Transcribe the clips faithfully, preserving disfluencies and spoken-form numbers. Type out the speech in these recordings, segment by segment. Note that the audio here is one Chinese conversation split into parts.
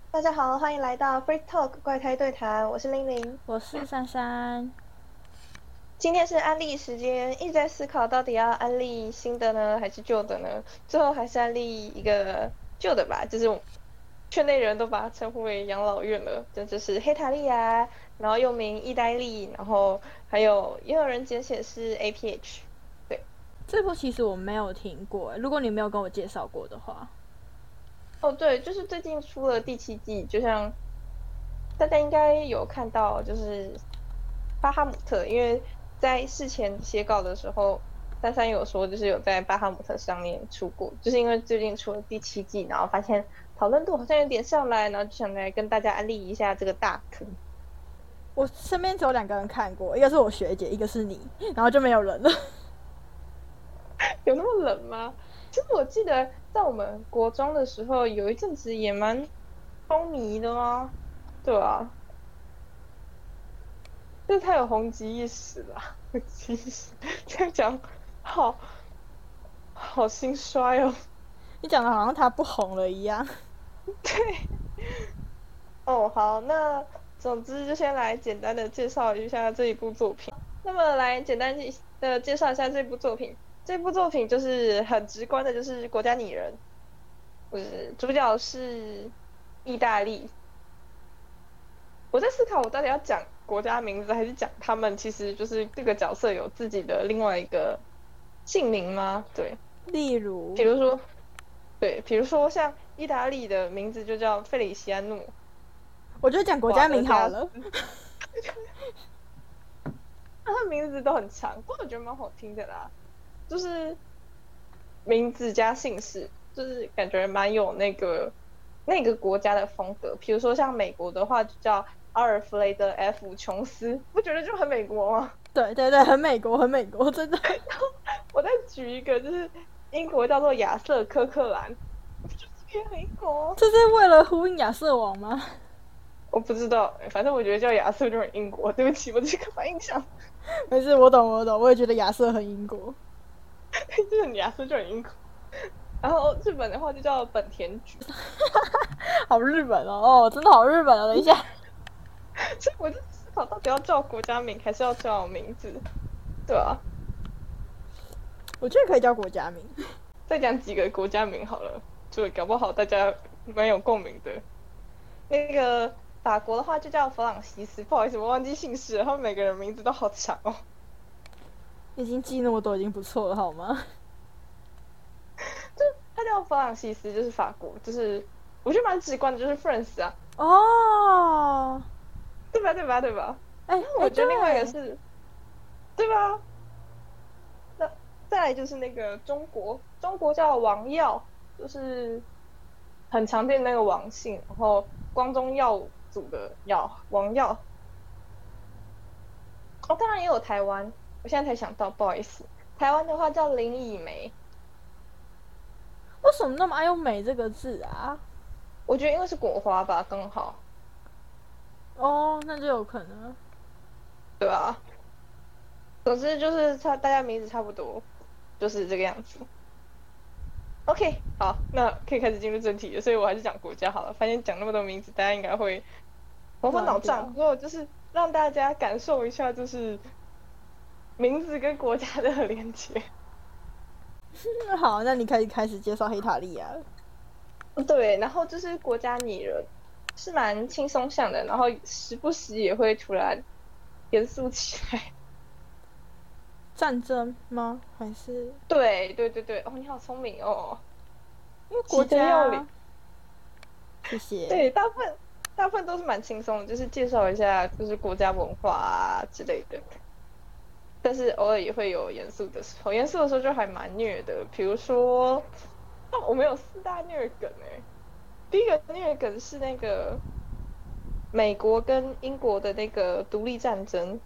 大家好，欢迎来到 Free Talk 怪胎对谈，我是玲玲。 我是珊珊。 今天是安利时间，一直在思考到底要安利新的呢，还是旧的呢？最后还是安利一个旧的吧，就是我圈内人都把它称呼为养老院了，这就是黑塔利亚，然后又名意大利，然后还有也有人简写是 A P H。对。 这部其实我没有听过，如果你没有跟我介绍过的话。 哦对，就是最近出了第七季，就像大家应该有看到，就是巴哈姆特，因为在事前写稿的时候，珊珊有说，就是有在巴哈姆特上面出过，就是因为最近出了第七季，然后发现讨论度好像有点上来，然后就想来跟大家安利一下这个大坑。 我身边只有两个人看过，一个是我学姐，一个是你，然后就没有人了。 有那么冷吗？其实我记得在我们国中的时候，有一阵子也蛮风靡的吗？对啊，就是它有红极一时啦，红极一时，这样讲好好心衰哦。 你讲的好像他不红了一样。 对。哦，好，那总之就先来简单的介绍一下这一部作品。那么来简单的介绍一下这部作品。这部作品就是很直观的，就是国家拟人，就是主角是意大利。我在思考，我到底要讲国家名字，还是讲他们其实就是这个角色有自己的另外一个姓名吗？对， 例如， 比如说，对，比如说像意大利的名字就叫费里西安诺我就讲国瓦家德加斯。 名好了。 他的名字都很长，不过我觉得蛮好听的啦，就是名字加姓氏，就是感觉蛮有那个那个国家的风格。比如说像美国的话，就叫阿尔弗雷德 F 琼斯，不觉得就很美国吗？ 对对对，很美国，很美国，真的。 我再举一个，就是英国叫做亚瑟科克兰，我不觉得这个也很英国吗？ 这是为了呼应亚瑟王吗？ 我不知道，反正我觉得叫亚瑟就很英国。对不起，我这个刻板印象。 没事，我懂，我懂，我也觉得亚瑟很英国。 就是亚瑟就很英国。然后日本的话就叫本田菊。 好日本哦，哦，真的好日本哦。等一下， 所以我就思考到底要叫国家名还是要叫名字，对啊。 我觉得可以叫国家名。 再讲几个国家名好了，就搞不好大家蛮有共鸣的。那个法国的话就叫弗朗西斯，不好意思，我忘记姓氏了，他们每个人名字都好长哦。 已经记那么多，已经不错了，好吗？ 就他叫弗朗西斯，就是法国，就是我觉得蛮直观的，就是 France 啊， 哦， 对吧？对吧？对吧？ 哎哎， 然后我觉得另外一个对， 是，对吧？那再来就是那个中国，中国叫王耀，就是很常见那个王姓，然后光宗耀祖的耀，王耀。哦，当然也有台湾，我现在才想到，不好意思，台湾的话叫林以梅。 为什么那么爱用“美”这个字啊？ 我觉得因为是国花吧，刚好， 哦，那就有可能。 对吧？总之就是差大家名字差不多，就是这个样子。OK，好，那可以开始进入正题了，所以我还是讲国家好了。发现讲那么多名字，大家应该会头昏脑胀。不乱掉。 过就是让大家感受一下，就是名字跟国家的连接。 嗯，好，那你可以开始介绍黑塔利亚了。 对，然后就是国家拟人是蛮轻松向的，然后时不时也会突然严肃起来。 战争吗？还是对对对对，哦，你好聪明哦， 因为国急得要家？ 领。 谢谢。 对，大部分大部分都是蛮轻松的，就是介绍一下就是国家文化啊之类的。但是偶尔也会有严肃的时候，严肃的时候就还蛮虐的。比如说，哦我们有四大虐梗诶。第一个虐梗是那个美国跟英国的那个独立战争，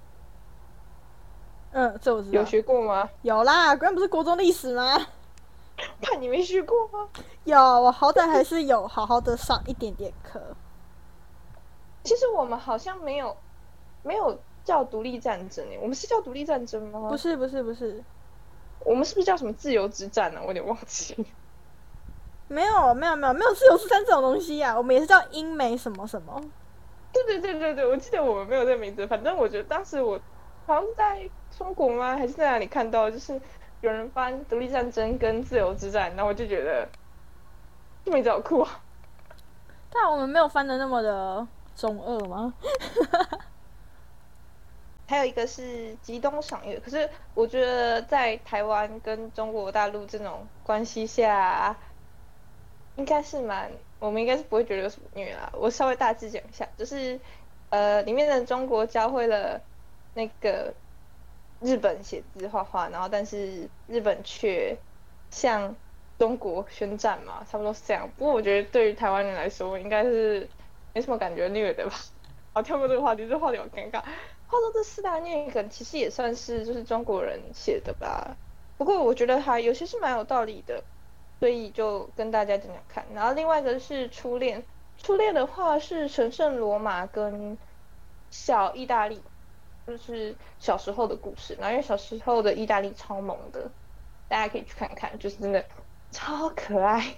嗯，这我知道。 有学过吗？ 有啦，果然不是国中历史吗？ 看你没学过吗？ 有，我好歹还是有好好的上一点点课。 其实我们好像没有没有叫独立战争诶，我们是叫独立战争吗？ 不是不是不是， 我们是不是叫什么自由之战呢、啊？我有点忘记。 没有没有没有没有自由市山这种东西啊，我们也是叫英美什么什么。 对对对对对，我记得我们没有这个名字，反正我觉得当时我好像是在中国吗，还是在哪里看到，就是有人翻独立战争跟自由之战，然后我就觉得这名字好酷啊。 但我们没有翻的那么的中二吗？ 还有一个是极东赏月，可是我觉得在台湾跟中国大陆这种关系下，应该是蛮，我们应该是不会觉得有什么虐啦。我稍微大致讲一下，就是呃，里面的中国教会了那个日本写字画画，然后但是日本却向中国宣战嘛，差不多是这样。不过我觉得对于台湾人来说，应该是没什么感觉虐的吧。好，跳过这个话题，这个话题好尴尬。话说这四大虐梗其实也算是就是中国人写的吧，不过我觉得还有些是蛮有道理的。所以就跟大家讲讲看。然后另外一个是初恋，初恋的话是神圣罗马跟小意大利，就是小时候的故事。然后因为小时候的意大利超萌的，大家可以去看看，就是真的超可爱。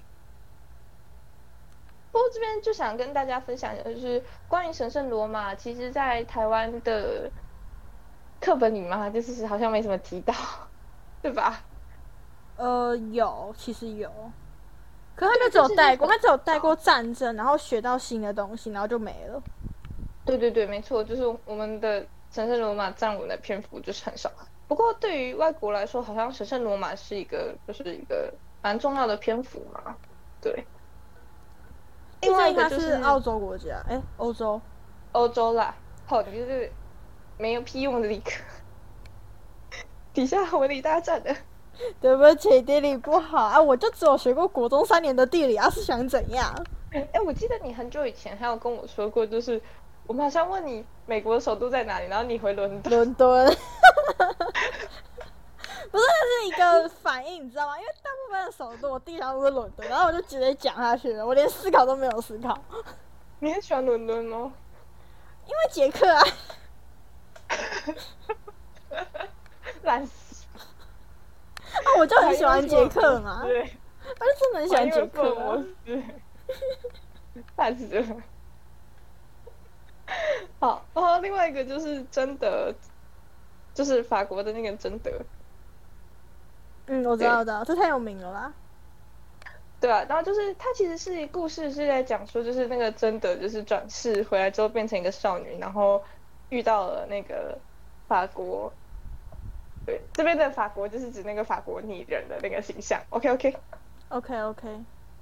不过这边就想跟大家分享的就是关于神圣罗马，其实在台湾的课本里嘛，就是好像没什么提到，对吧？ 呃，有，其实有，可是他就对， 只有带过， 但是日本他只有带过战争，然后学到新的东西，然后就没了。 对对对，没错，就是我们的神圣罗马占文的篇幅就是很少。不过对于外国来说，好像神圣罗马是一个就是一个蛮重要的篇幅嘛。对，另外一个毕竟它就是是澳洲国家，哎，欧洲。 欧洲啦。好，你就是没有屁用的理科，底下文理大战的。 对不起，地理不好啊，我就只有学过国中三年的地理啊，是想怎样？ 哎，我记得你很久以前还有跟我说过，就是我们好像问你美国的首都在哪里，然后你回伦敦。 伦敦。不是，那是一个反应，你知道吗？因为大部分的首都我地上都是伦敦，然后我就直接讲下去了，我连思考都没有思考。 你很喜欢伦敦吗？ 因为捷克啊。 烂死！ 啊，我就很喜欢捷克嘛， 对， 我就真的很喜欢捷克啊。 烂死了。好，然后另外一个就是贞德，就是法国的那个贞德。 嗯，我知道，我知道，这太有名了啦。 对啊，然后就是它其实是故事是在讲说，就是那个贞德就是转世回来之后变成一个少女，然后遇到了那个法国。对，这边的法国就是指那个法国拟人的那个形象。OK OK OK OK。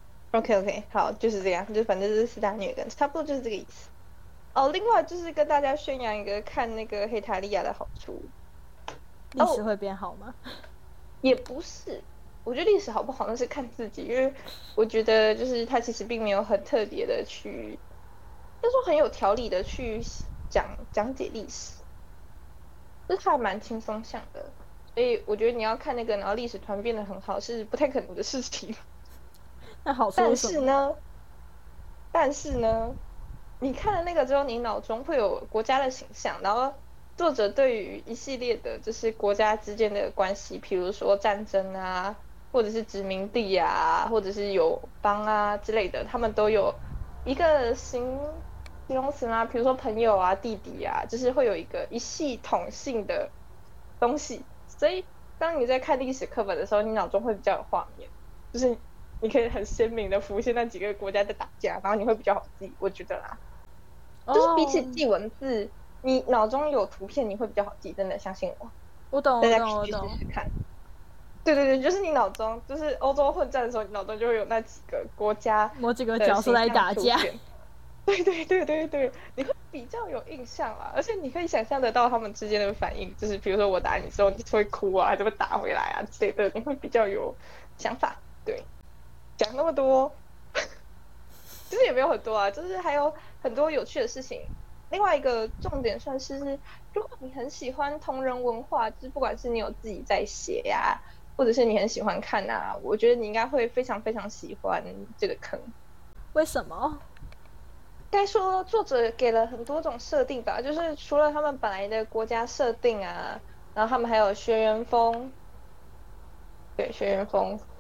OK OK，好，就是这样，就反正就是四大虐梗，差不多就是这个意思。哦，另外就是跟大家宣扬一个看那个黑塔利亚的好处。 历史会变好吗？ 也不是，我觉得历史好不好那是看自己，因为我觉得就是他其实并没有很特别的去，就说很有条理的去讲讲解历史，就是还蛮轻松向的。所以我觉得你要看那个，然后历史团变得很好是不太可能的事情。 那好处但是什么？ 是呢，但是呢，你看了那个之后，你脑中会有国家的形象，然后作者对于一系列的就是国家之间的关系，比如说战争啊，或者是殖民地啊，或者是友邦啊之类的，他们都有一个形形容词吗？比如说朋友啊、弟弟啊，就是会有一个一系统性的东西。所以当你在看历史课本的时候，你脑中会比较有画面，就是你可以很鲜明的浮现那几个国家在打架，然后你会比较好记，我觉得啦。就是比起记文字，你脑中有图片，你会比较好记，真的相信我。 我懂， 大我懂，我家可以去试懂。 试看。对对对，就是你脑中，就是欧洲混战的时候，你脑中就会有那几个国家某几个角色来打架。 对对对对对，你会比较有印象啦，而且你可以想象得到他们之间的反应，就是比如说我打你之后，你会哭啊，还是会打回来啊之类的，你会比较有想法。对，讲那么多。其实也没有很多啊，就是还有很多有趣的事情。另外一个重点算是，如果你很喜欢同人文化，就是不管是你有自己在写呀、啊，或者是你很喜欢看啊，我觉得你应该会非常非常喜欢这个坑。 为什么？ 该说作者给了很多种设定吧，就是除了他们本来的国家设定啊，然后他们还有学员风，对，学员风。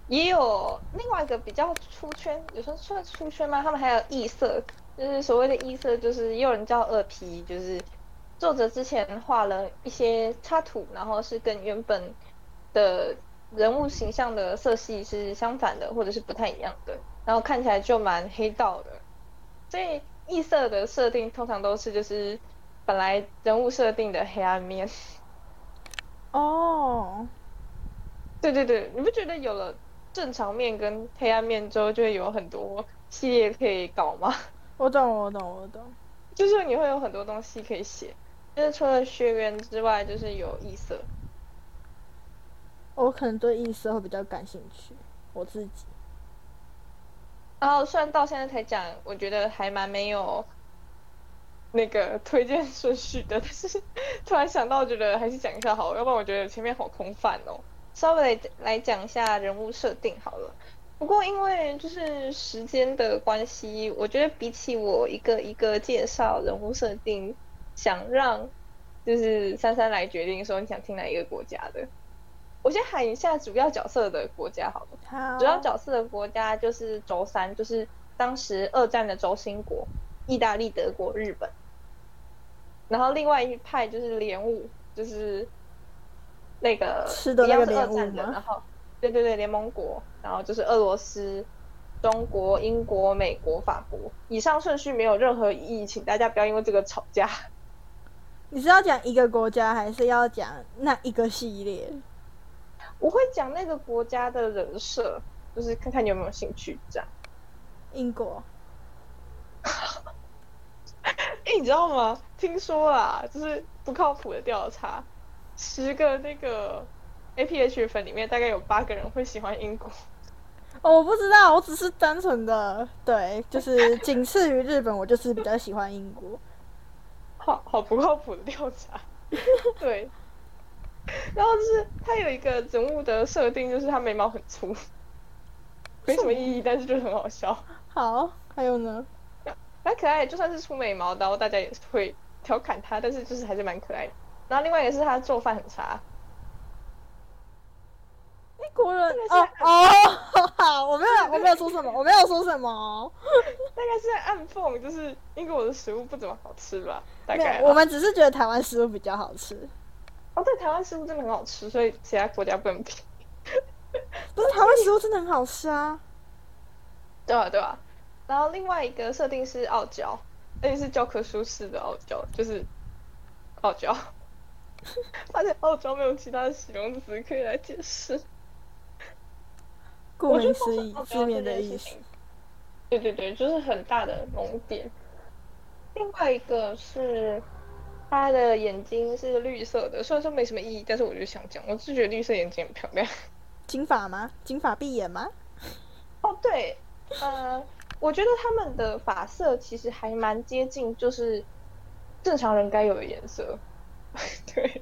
也有另外一个比较出圈，有时候算出圈吗？他们还有异色，就是所谓的异色，就是也有人叫二 P，就是作者之前画了一些插图，然后是跟原本的人物形象的色系是相反的，或者是不太一样的，然后看起来就蛮黑道的。所以异色的设定通常都是就是本来人物设定的黑暗面。 哦， 对对对，你不觉得有了正常面跟黑暗面之后，就会有很多系列可以搞吗？ 我懂，我懂，我懂。 就是你会有很多东西可以写，就是除了学员之外，就是有异色。 我可能对异色会比较感兴趣，我自己。 然后虽然到现在才讲，我觉得还蛮没有那个推荐顺序的，但是突然想到，觉得还是讲一下好了，要不然我觉得前面好空泛哦。稍微来来讲一下人物设定好了。不过因为就是时间的关系，我觉得比起我一个一个介绍人物设定，想让就是珊珊来决定说你想听哪一个国家的。我先喊一下主要角色的国家好了。主要好， 角色的国家就是轴三，就是当时二战的轴心国，意大利、德国、日本。然后另外一派就是联五，就是那个吃的一样是二那个莲雾战的， 吗？ 然后对对对，联盟国，然后就是俄罗斯、中国、英国、美国、法国。以上顺序没有任何意义，请大家不要因为这个吵架。 你是要讲一个国家，还是要讲那一个系列？ 我会讲那个国家的人设，就是看看你有没有兴趣这样。 英国。 哎，你知道吗？听说啊，就是不靠谱的调查，十个那个 A P H 粉里面，大概有八个人会喜欢英国。 哦，我不知道，我只是单纯的对，就是仅次于日本，我就是比较喜欢英国。 好好不靠谱的调查。对，然后就是他有一个人物的设定，就是他眉毛很粗，没什么？ 什么意义，但是就是很好笑， 好，还有呢？ 蛮可爱的。就算是粗眉毛，然后大家也是会调侃他，但是就是还是蛮可爱的。然后另外一个是他做饭很差， 英国人大概是哦哦，好，我没有，我没有说什么，我没有说什么， 大概是在暗讽，就是英国的食物不怎么好吃吧，大没有， 概啦。 我们只是觉得台湾食物比较好吃， 哦，对，台湾食物真的很好吃，所以其他国家不能比。 不是台湾食物真的很好吃啊。 对吧？对吧？然后另外一个设定是傲娇，而且是教科书式的傲娇，就是傲娇。发现傲娇没有其他的形容词可以来解释。 顾我觉得名思义， 光是傲字面娇这的意思。 件事情，对对对，就是很大的萌点。另外一个是他的眼睛是绿色的，虽然说没什么意义，但是我就想讲，我是觉得绿色眼睛很漂亮。 金发吗？金发碧眼吗？ 哦，对，呃，我觉得他们的发色其实还蛮接近，就是正常人该有的颜色。对，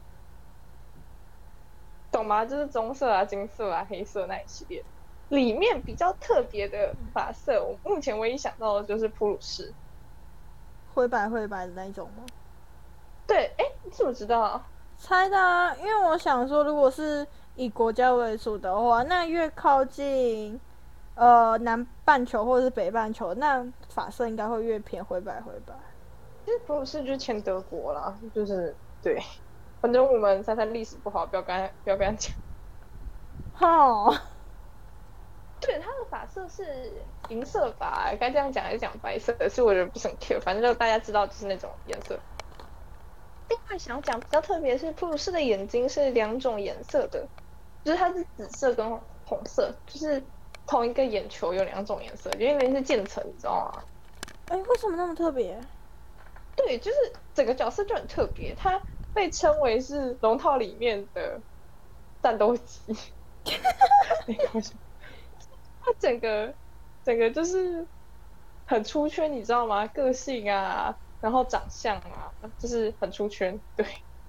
懂吗？就是棕色啊、金色啊、黑色那一系列。里面比较特别的发色，我目前唯一想到的就是普鲁士。 灰白灰白的那一种吗？ 对，哎，你怎么知道啊？ 猜的啊，因为我想说，如果是以国家为主的话，那越靠近呃南半球或者是北半球，那发色应该会越偏灰白灰白。 其实普鲁士就是前德国啦，就是对。反正我们三三历史不好，不要跟他不要跟他讲。 哈， 对，他的发色是银色吧？该这样讲还是讲白色的？是我觉得不是很 care，反正就大家知道就是那种颜色。另外想讲比较特别的是，普鲁士的眼睛是两种颜色的，就是它是紫色跟红色，就是同一个眼球有两种颜色，因为是渐层，你知道吗？ 哎、为什么那么特别？ 对，就是整个角色就很特别，它被称为是龙套里面的战斗机。没关系，它整个整个就是很出圈，你知道吗？个性啊，然后长相啊，就是很出圈。对，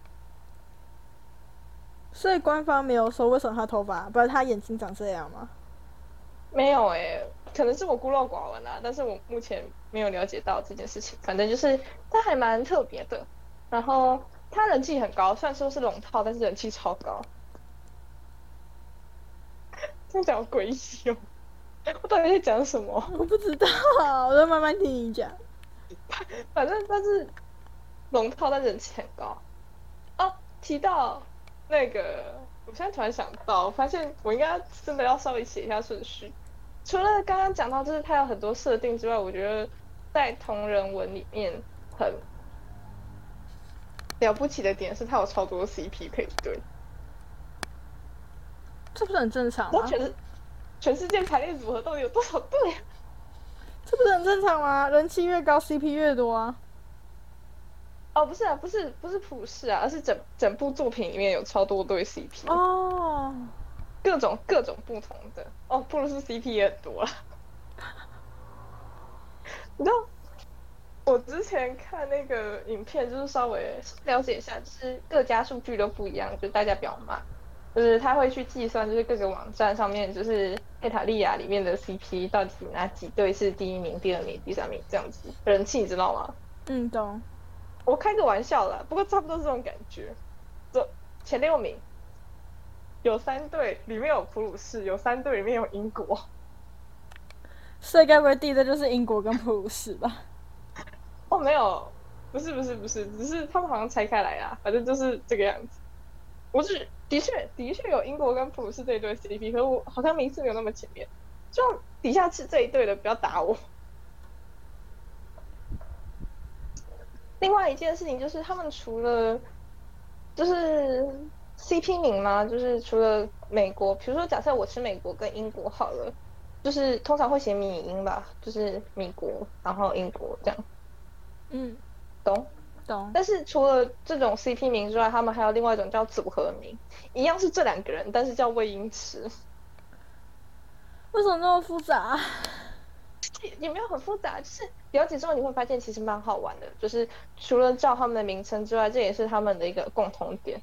所以官方没有说为什么他头发，不是他眼睛长这样吗？ 没有诶、可能是我孤陋寡闻啊，但是我目前没有了解到这件事情。反正就是它还蛮特别的，然后它人气很高，虽然说是龙套，但是人气超高。 这样讲好诡异哦！我到底在讲什么？ 我不知道，我再慢慢听你讲。 反正但是龙套，但人气很高。哦，提到那个，我现在突然想到，我发现我应该真的要稍微写一下顺序。除了刚刚讲到，就是它有很多设定之外，我觉得在同人文里面很了不起的点是，它有超多 C P 可以对。 这不是很正常吗？ 然后全世全世界排列组合到底有多少对啊？ 这不是很正常吗？人气越高，C P 越多啊。 哦，不是啊，不是不是普世啊，而是整整部作品里面有超多对 C P。 哦， 各种各种不同的哦，布鲁斯 C P 也很多了。你知道我之前看那个影片，就是稍微了解一下，就是各家数据都不一样，就大家不要骂。就是他会去计算，就是各个网站上面，就是佩塔利亚里面的 C P 到底哪几对是第一名、第二名、第三名这样子人气，你知道吗？ 嗯，懂。 我开个玩笑啦，不过差不多是这种感觉。这前六名有三对，里面有普鲁士，有三对里面有英国。 所以该不会第一对就是英国跟普鲁士吧？ 哦，没有，不是不是不是，只是他们好像拆开来啊，反正就是这个样子。我是的确的确有英国跟普鲁士这一对 C P，可是我好像名次没有那么前面，就底下是这一对的，不要打我。另外一件事情就是，他们除了就是 C P 名嘛，就是除了美国，比如说假设我吃美国跟英国好了，就是通常会写米英吧，就是美国然后英国这样， 嗯， 懂？ 懂。 但是除了这种 C P 名之外，他们还有另外一种叫组合名，一样是这两个人，但是叫魏英池。 为什么那么复杂？ 也也没有很复杂，就是了解之后你会发现其实蛮好玩的，就是除了叫他们的名称之外，这也是他们的一个共同点。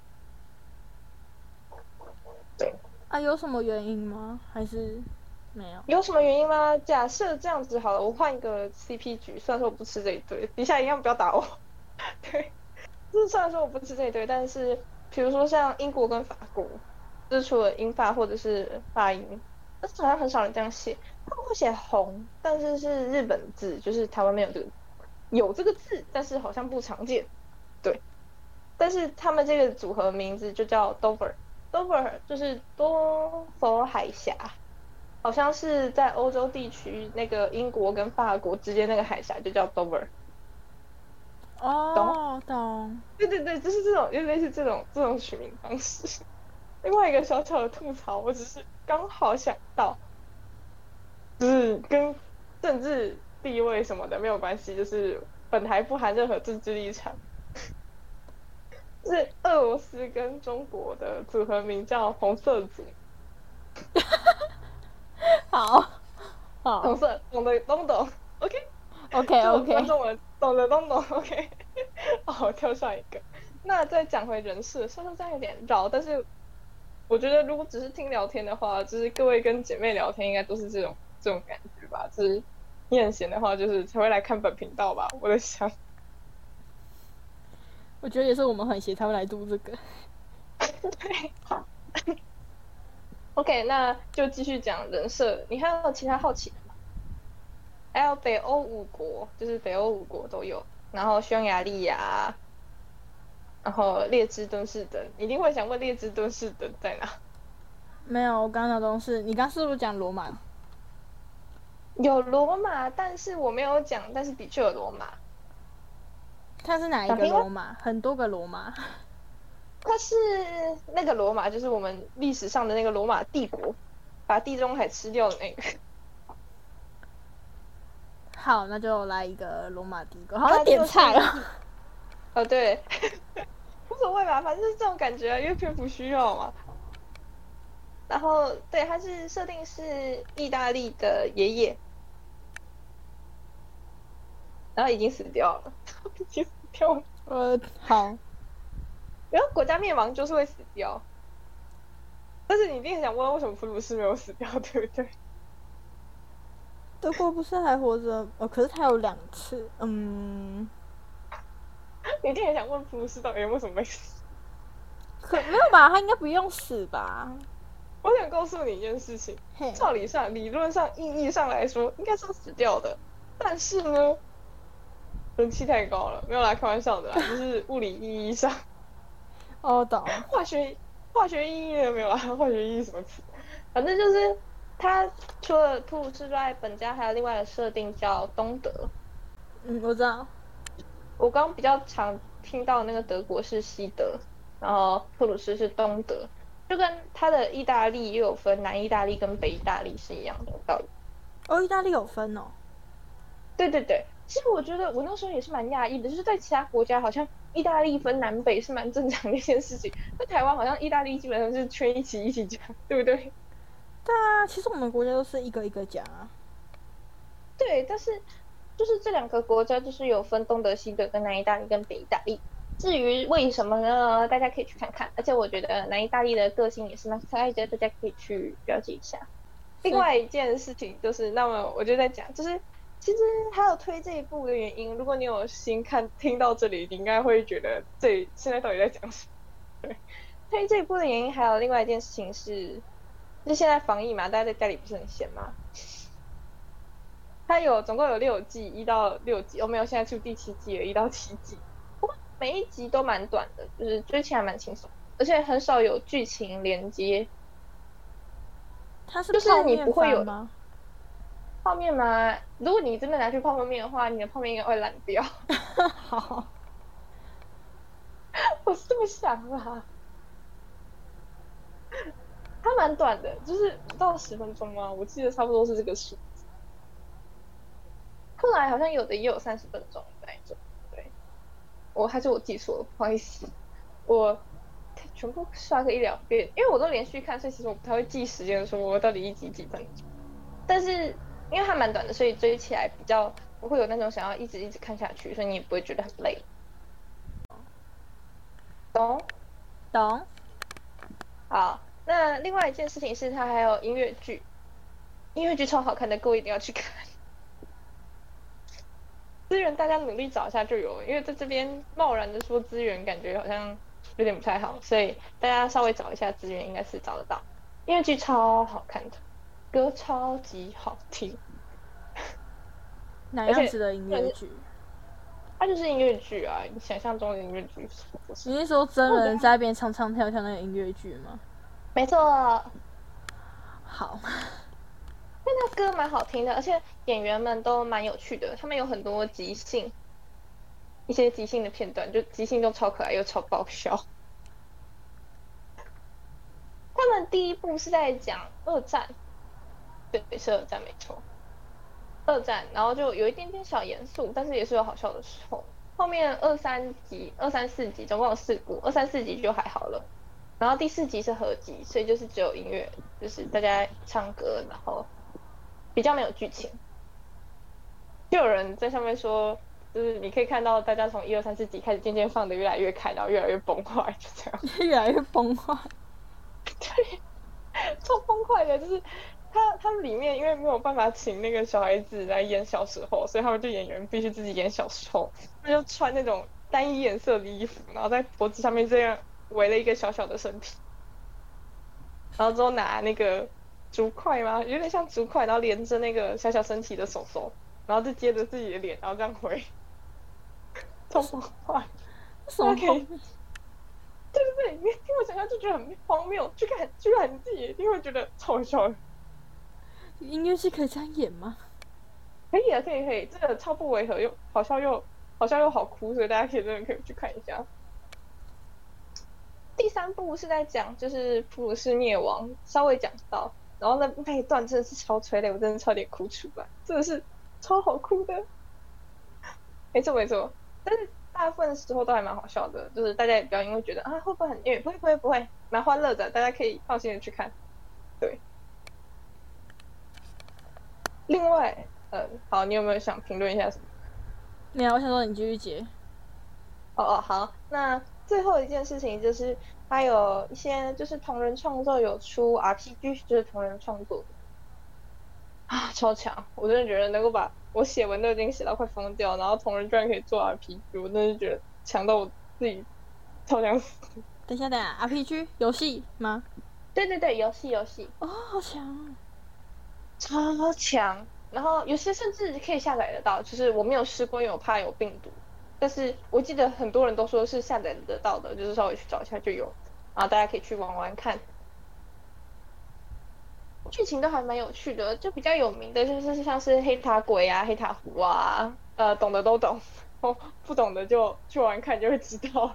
对， 啊，有什么原因吗？还是没有？ 有什么原因吗？假设这样子好了，我换一个 C P 局，虽然说我不吃这一堆，底下一样不要打我。对，就是虽然说我不吃这一堆，但是比如说像英国跟法国，就是除了英法或者是法英，但是好像很少人这样写，他们会写红，但是是日本字，就是台湾没有这个，有这个字，但是好像不常见。对，但是他们这个组合名字就叫 Dover，Dover 就是多佛海峡。好像是在欧洲地区，那个英国跟法国之间那个海峡就叫 Dover，懂？ 哦，懂。 对对对，就是这种，就类似这种这种取名方式。另外一个小小的吐槽，我只是刚好想到，就是跟政治地位什么的没有关系，就是本台不含任何政治立场。是俄罗斯跟中国的组合名叫红色组， 好，好红色，懂的懂懂，OK。 ，OK 这种观 OK。 众们懂的都懂，OK。哦，跳上一个。那再讲回人设，虽然说这样有点绕，但是我觉得如果只是听聊天的话，就是各位跟姐妹聊天应该都是这种这种感觉吧。就是你很闲的话，就是才会来看本频道吧。我在想， 我觉得也是我们很闲才会来读这个。 对，好。OK，那就继续讲人设。你还有其他好奇的吗？还有北欧五国，就是北欧五国都有，然后匈牙利呀，然后列支敦士登，你一定会想问列支敦士登在哪？ 没有，我刚刚的都是你刚是不是讲罗马？ 有罗马，但是我没有讲，但是的确有罗马。 它是哪一个罗马？很多个罗马。 它是那个罗马，就是我们历史上的那个罗马帝国，把地中海吃掉的那个。 好，那就来一个罗马帝国。好，那点菜了。 哦，对，无所谓吧，反正就是这种感觉，因为篇幅需要嘛。然后，对，它是设定是意大利的爷爷，然后已经死掉了，已经死掉了。 呃，好。 然后国家灭亡就是会死掉，但是你一定很想问，为什么普鲁士没有死掉，对不对？ 德国不是还活着？哦，可是他有两次。嗯。 你一定很想问普鲁士到底为什么没死？ 可没有吧？他应该不用死吧？ 我想告诉你一件事情， 嘿， 照理上、理论上、意义上来说，应该是要死掉的。但是呢，人气太高了，没有啦，开玩笑的啦，就是物理意义上， 哦，懂。 化学化学意义也没有啦，化学意义什么词？反正就是它除了普鲁士之外，本家还有另外的设定叫东德。 嗯，我知道。 我刚刚比较常听到那个德国是西德，然后普鲁士是东德，就跟它的意大利又有分南意大利跟北意大利是一样的道理。 哦，意大利有分哦。 对对对，其实我觉得我那时候也是蛮讶异的，就是在其他国家好像意大利分南北是蛮正常的一件事情，在台湾好像意大利基本上是圈一起一起讲，对不对？ 对啊，其实我们国家都是一个一个讲啊。 对，但是就是这两个国家就是有分东德、西德跟南意大利跟北意大利。至于为什么呢？大家可以去看看，而且我觉得南意大利的个性也是蛮可爱的，大家可以去了解一下。另所以外一件事情就是，那么我就在讲，就是其实还有推这一部的原因，如果你有心看听到这里，你应该会觉得这现在到底在讲什么？对，推这一部的原因还有另外一件事情是，就是现在防疫嘛，大家在家里不是很闲嘛。它有总共有六季，一到六集，哦没有，现在出第七季了，一到七季。不过每一集都蛮短的，就是追起来蛮轻松，而且很少有剧情连接， 它是就是你泡面不会有番吗？ 泡面吗？如果你真的拿去泡泡面的话，你的泡面应该会烂掉。 好。 我是这么想啦，它蛮短的，就是五到十分钟吗？我记得差不多是这个数。后来好像有的也有三十分钟那一种，对，我还是我记错了，不好意思，我全部刷个一两遍，因为我都连续看，所以其实我不太会记时间，说我到底一集几分钟。但是因为它蛮短的，所以追起来比较不会有那种想要一直一直看下去，所以你也不会觉得很累。懂？ 懂。 好，那另外一件事情是它还有音乐剧，音乐剧超好看的，各位一定要去看。资源大家努力找一下就有了，因为在这边贸然的说资源，感觉好像有点不太好，所以大家稍微找一下资源，应该是找得到。音乐剧超好看的，歌超级好听， 哪而且样子的音乐剧？ 它就是音乐剧啊，你想象中的音乐剧不是？ 你是说真我觉得人在那边唱唱跳跳那个音乐剧吗？ 没错， 好。 但那歌蛮好听的，而且演员们都蛮有趣的，他们有很多即兴，一些即兴的片段，就即兴都超可爱又超爆笑。他们第一部是在讲二战，对，是二战没错，二战，然后就有一点点小严肃，但是也是有好笑的时候。后面二三集、二三四集总共有四部，二三四集就还好了，然后第四集是合集，所以就是只有音乐，就是大家唱歌，然后比较没有剧情。就有人在上面说，就是你可以看到大家从一二三四集开始渐渐放的越来越开，然后越来越崩坏，就这样。 越来越崩坏。 对，超崩坏的，就是他他们里面因为没有办法请那个小孩子来演小时候，所以他们就演员必须自己演小时候，他就穿那种单一颜色的衣服，然后在脖子上面这样围了一个小小的身体，然后之后拿那个竹筷吗？有点像竹筷，然后连着那个小小身体的手手，然后就接着自己的脸，然后这样回，超崩坏。 什么荒大家可以，对对对，你听我讲下就觉得很荒谬，去看去看你自己一定会觉得超好笑的。 音乐剧可以这样演吗？ 可以啊，可以可以，这个超不违和又好笑又好笑又好哭，所以大家可以真的可以去看一下。第三部是在讲就是普鲁士灭亡，稍微讲到，然后那那一段真的是超催泪，我真的差点哭出来，真的是超好哭的。没错没错，但是大部分时候都还蛮好笑的，就是大家也不要因为觉得啊会不会很虐，不会不会不会，蛮欢乐的，大家可以放心的去看。对，另外，嗯，好，你有没有想评论一下什么？ 没有，我想说你继续接。 哦哦，好，那最后一件事情就是还有一些就是同人创作有出 R P G，就是同人创作的啊，超强！我真的觉得能够把我写文都已经写到快疯掉，然后同人居然可以做 R P G，我真的觉得强到我自己超想死。 等一下，等一下，R P G 游戏吗？ 对对对，游戏游戏哦，好强啊！ 超强，然后有些甚至可以下载得到，就是我没有试过，因为我怕有病毒。但是我记得很多人都说是下载得到的，就是稍微去找一下就有，然后大家可以去玩玩看。剧情都还蛮有趣的，就比较有名的就是像是黑塔鬼啊、黑塔湖啊，呃，懂的都懂，哦，不懂的就去玩看就会知道。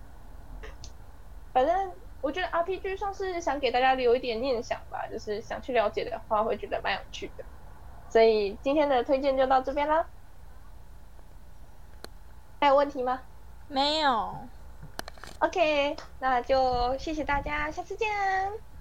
反正我觉得 R P G 算是想给大家留一点念想吧，就是想去了解的话会觉得蛮有趣的。所以今天的推荐就到这边啦，还有问题吗没有， ？OK，那就谢谢大家，下次见。